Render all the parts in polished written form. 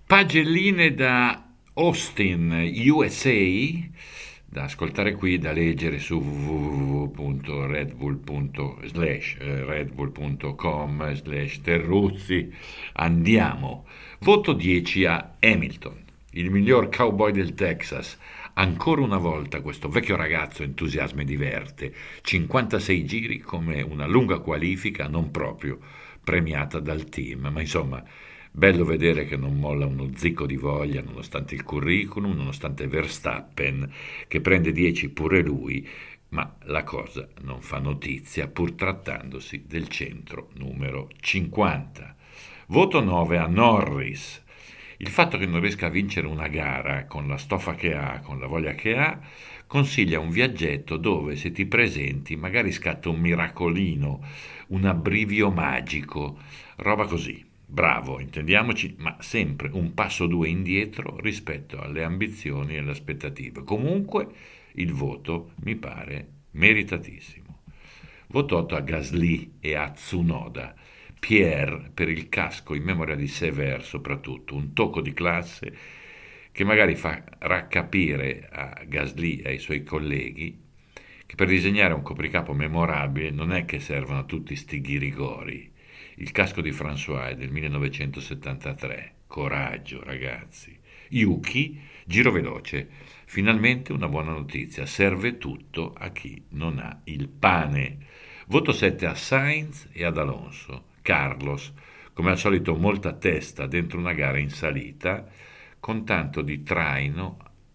Pagelline da Austin, USA, da ascoltare qui, da leggere su www.redbull.com/Terruzzi. Andiamo. Voto 10 a Hamilton, il miglior cowboy del Texas. Ancora una volta questo vecchio ragazzo entusiasma e diverte. 56 giri come una lunga qualifica non proprio premiata dal team, ma insomma, bello vedere che non molla uno zicco di voglia nonostante il curriculum, nonostante Verstappen, che prende 10 pure lui, ma la cosa non fa notizia pur trattandosi del centro numero 50. Voto 9 a Norris. Il fatto che non riesca a vincere una gara con la stoffa che ha, con la voglia che ha, consiglia un viaggetto dove se ti presenti magari scatta un miracolino, un abbrivio magico, roba così. Bravo, intendiamoci, ma sempre un passo o due indietro rispetto alle ambizioni e alle aspettative. Comunque il voto mi pare meritatissimo. Voto 8 a Gasly e a Tsunoda. Pierre per il casco in memoria di Sever soprattutto, un tocco di classe che magari farà capire a Gasly e ai suoi colleghi che per disegnare un copricapo memorabile non è che servono tutti sti ghirigori. Il casco di François è del 1973. Coraggio, ragazzi. Yuki, giro veloce. Finalmente una buona notizia. Serve tutto a chi non ha il pane. Voto 7 a Sainz e ad Alonso. Carlos, come al solito molta testa dentro una gara in salita, con tanto di traino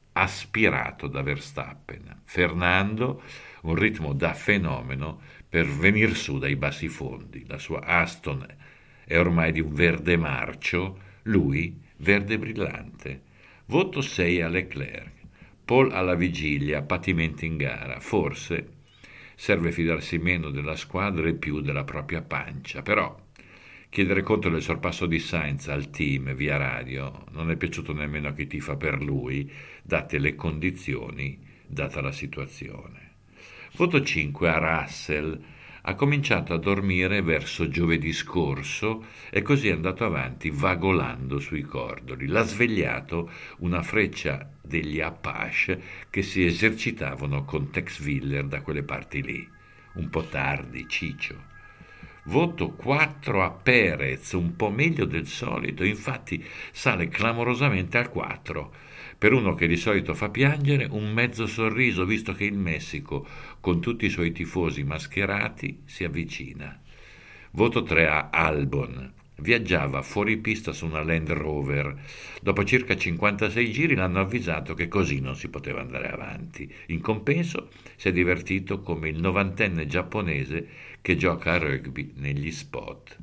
aspirato da Verstappen. Fernando, un ritmo da fenomeno per venir su dai bassi fondi. La sua Aston è ormai di un verde marcio, lui verde brillante. Voto 6 a Leclerc. Paul alla vigilia, patimenti in gara. Forse serve fidarsi meno della squadra e più della propria pancia, però chiedere conto del sorpasso di Sainz al team via radio non è piaciuto nemmeno a chi tifa per lui, date le condizioni, data la situazione. Voto 5 a Russell. Ha cominciato a dormire verso giovedì scorso e così è andato avanti vagolando sui cordoli. L'ha svegliato una freccia degli Apache che si esercitavano con Tex Willer da quelle parti lì. Un po' tardi, ciccio. Voto 4 a Perez, un po' meglio del solito, infatti sale clamorosamente al 4. Per uno che di solito fa piangere, un mezzo sorriso, visto che il Messico, con tutti i suoi tifosi mascherati, si avvicina. Voto 3 a Albon. Viaggiava fuori pista su una Land Rover. Dopo circa 56 giri l'hanno avvisato che così non si poteva andare avanti. In compenso si è divertito come il novantenne giapponese che gioca a rugby negli spot.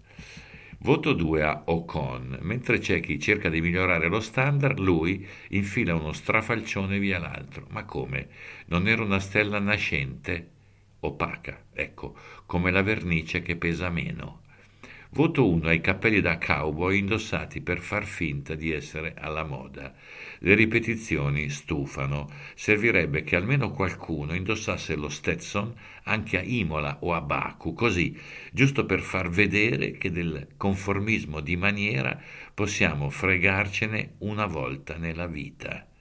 Voto 2 a Ocon. Mentre c'è chi cerca di migliorare lo standard, lui infila uno strafalcione via l'altro. Ma come? Non era una stella nascente? Opaca, ecco, come la vernice che pesa meno. Voto 1 ai cappelli da cowboy indossati per far finta di essere alla moda. Le ripetizioni stufano. Servirebbe che almeno qualcuno indossasse lo Stetson anche a Imola o a Baku, così, giusto per far vedere che del conformismo di maniera possiamo fregarcene una volta nella vita.